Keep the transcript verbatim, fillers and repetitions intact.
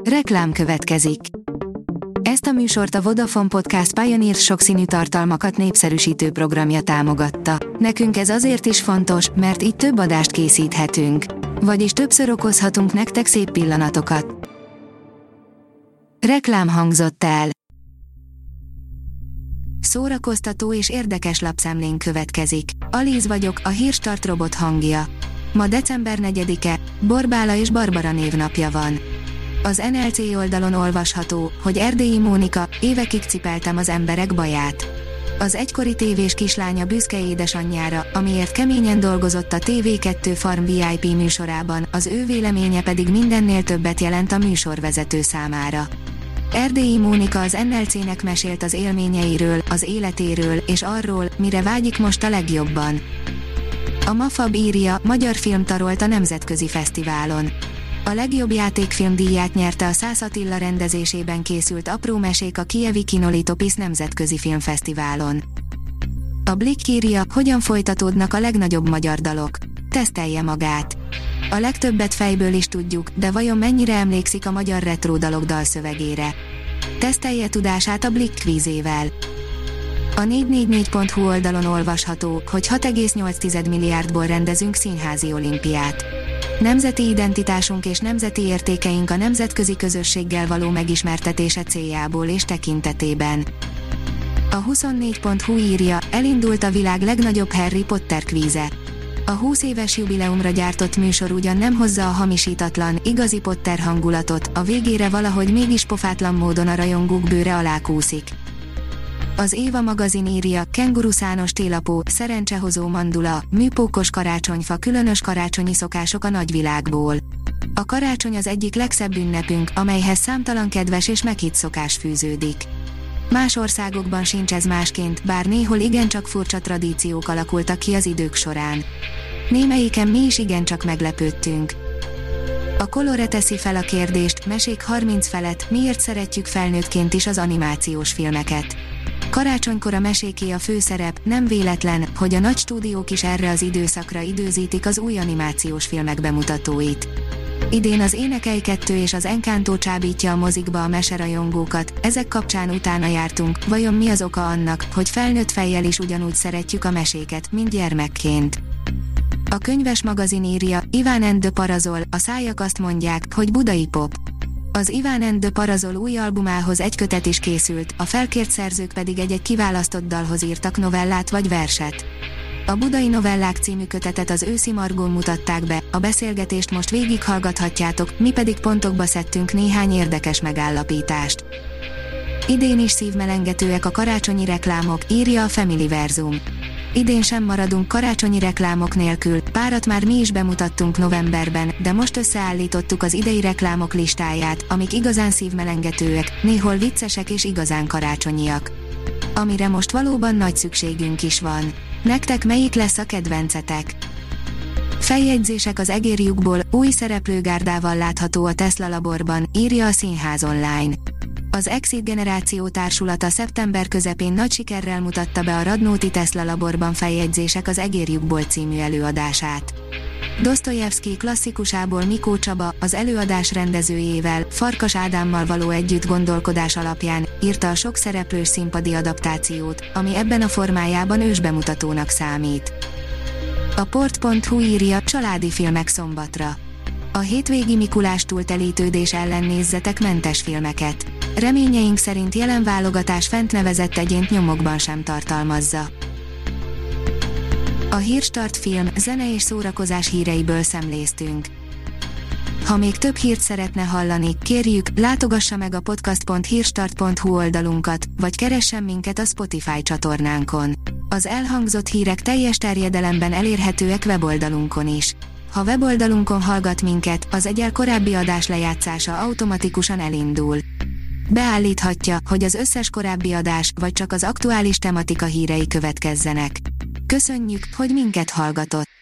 Reklám következik. Ezt a műsort a Vodafone Podcast Pioneer sokszínű tartalmakat népszerűsítő programja támogatta. Nekünk ez azért is fontos, mert így több adást készíthetünk. Vagyis többször okozhatunk nektek szép pillanatokat. Reklám hangzott el. Szórakoztató és érdekes lapszemlén következik. Alíz vagyok, a Hírstart robot hangja. Ma december negyedike, Borbála és Barbara névnapja van. Az en el cé oldalon olvasható, hogy Erdélyi Mónika, évekig cipeltem az emberek baját. Az egykori tévés kislánya büszke édesanyjára, amiért keményen dolgozott a té vé kettő Farm vé i pé műsorában, az ő véleménye pedig mindennél többet jelent a műsorvezető számára. Erdélyi Mónika az en el cének mesélt az élményeiről, az életéről és arról, mire vágyik most a legjobban. A Mafab írja, magyar film tarolt a nemzetközi fesztiválon. A legjobb játékfilm díját nyerte a Szász Attila rendezésében készült Apró mesék a kijevi Kinolitopis nemzetközi filmfesztiválon. A Blick írja, hogyan folytatódnak a legnagyobb magyar dalok. Tesztelje magát. A legtöbbet fejből is tudjuk, de vajon mennyire emlékszik a magyar retro dalok dalszövegére? Tesztelje tudását a Blick kvízével. A négy négy négy pont hu oldalon olvasható, hogy hat egész nyolc milliárdból rendezünk színházi olimpiát. Nemzeti identitásunk és nemzeti értékeink a nemzetközi közösséggel való megismertetése céljából és tekintetében. A huszonnégy pont hu írja, elindult a világ legnagyobb Harry Potter kvíze. A húsz éves jubileumra gyártott műsor ugyan nem hozza a hamisítatlan, igazi Potter hangulatot, a végére valahogy mégis pofátlan módon a rajongók bőre alá kúszik. Az Éva magazin írja, kenguruszános télapó, szerencsehozó mandula, műpókos karácsonyfa, különös karácsonyi szokások a nagyvilágból. A karácsony az egyik legszebb ünnepünk, amelyhez számtalan kedves és meghitt szokás fűződik. Más országokban sincs ez másként, bár néhol igencsak furcsa tradíciók alakultak ki az idők során. Némelyiken mi is igencsak meglepődtünk. A Colore teszi fel a kérdést, mesék harminc felett, miért szeretjük felnőttként is az animációs filmeket. Karácsonykor a meséké a főszerep, nem véletlen, hogy a nagy stúdiók is erre az időszakra időzítik az új animációs filmek bemutatóit. Idén az Énekelj kettő és az Encanto csábítja a mozikba a meserajongókat, ezek kapcsán utána jártunk, vajon mi az oka annak, hogy felnőtt fejjel is ugyanúgy szeretjük a meséket, mint gyermekként. A Könyves magazin írja, Iván and the Parazol, a szájak azt mondják, hogy budai pop. Az Iván and the Parazol új albumához egy kötet is készült, a felkért szerzők pedig egy-egy kiválasztott dalhoz írtak novellát vagy verset. A Budai Novellák című kötetet az őszi Margón mutatták be, a beszélgetést most végighallgathatjátok, mi pedig pontokba szedtünk néhány érdekes megállapítást. Idén is szívmelengetőek a karácsonyi reklámok, írja a Familyverzum. Idén sem maradunk karácsonyi reklámok nélkül, párat már mi is bemutattunk novemberben, de most összeállítottuk az idei reklámok listáját, amik igazán szívmelengetőek, néhol viccesek és igazán karácsonyiak. Amire most valóban nagy szükségünk is van. Nektek melyik lesz a kedvencetek? Feljegyzések az egérjukból, új szereplőgárdával látható a Tesla laborban, írja a Színház online. Az Exit Generáció társulata szeptember közepén nagy sikerrel mutatta be a Radnóti Tesla laborban Feljegyzések az egérjukból című előadását. Dosztojevszky klasszikusából Mikó Csaba, az előadás rendezőjével, Farkas Ádámmal való együtt gondolkodás alapján írta a sok szereplős színpadi adaptációt, ami ebben a formájában ősbemutatónak számít. A port pont hu írja, családi filmek szombatra. A hétvégi Mikulástól telítődés ellen nézzetek mentes filmeket. Reményeink szerint jelen válogatás fent nevezett egyént nyomokban sem tartalmazza. A Hírstart film, zene és szórakozás híreiből szemléztünk. Ha még több hírt szeretne hallani, kérjük, látogassa meg a podcast pont hírstart pont hu oldalunkat, vagy keressen minket a Spotify csatornánkon. Az elhangzott hírek teljes terjedelemben elérhetőek weboldalunkon is. Ha weboldalunkon hallgat minket, az egyel korábbi adás lejátszása automatikusan elindul. Beállíthatja, hogy az összes korábbi adás, vagy csak az aktuális tematika hírei következzenek. Köszönjük, hogy minket hallgatott!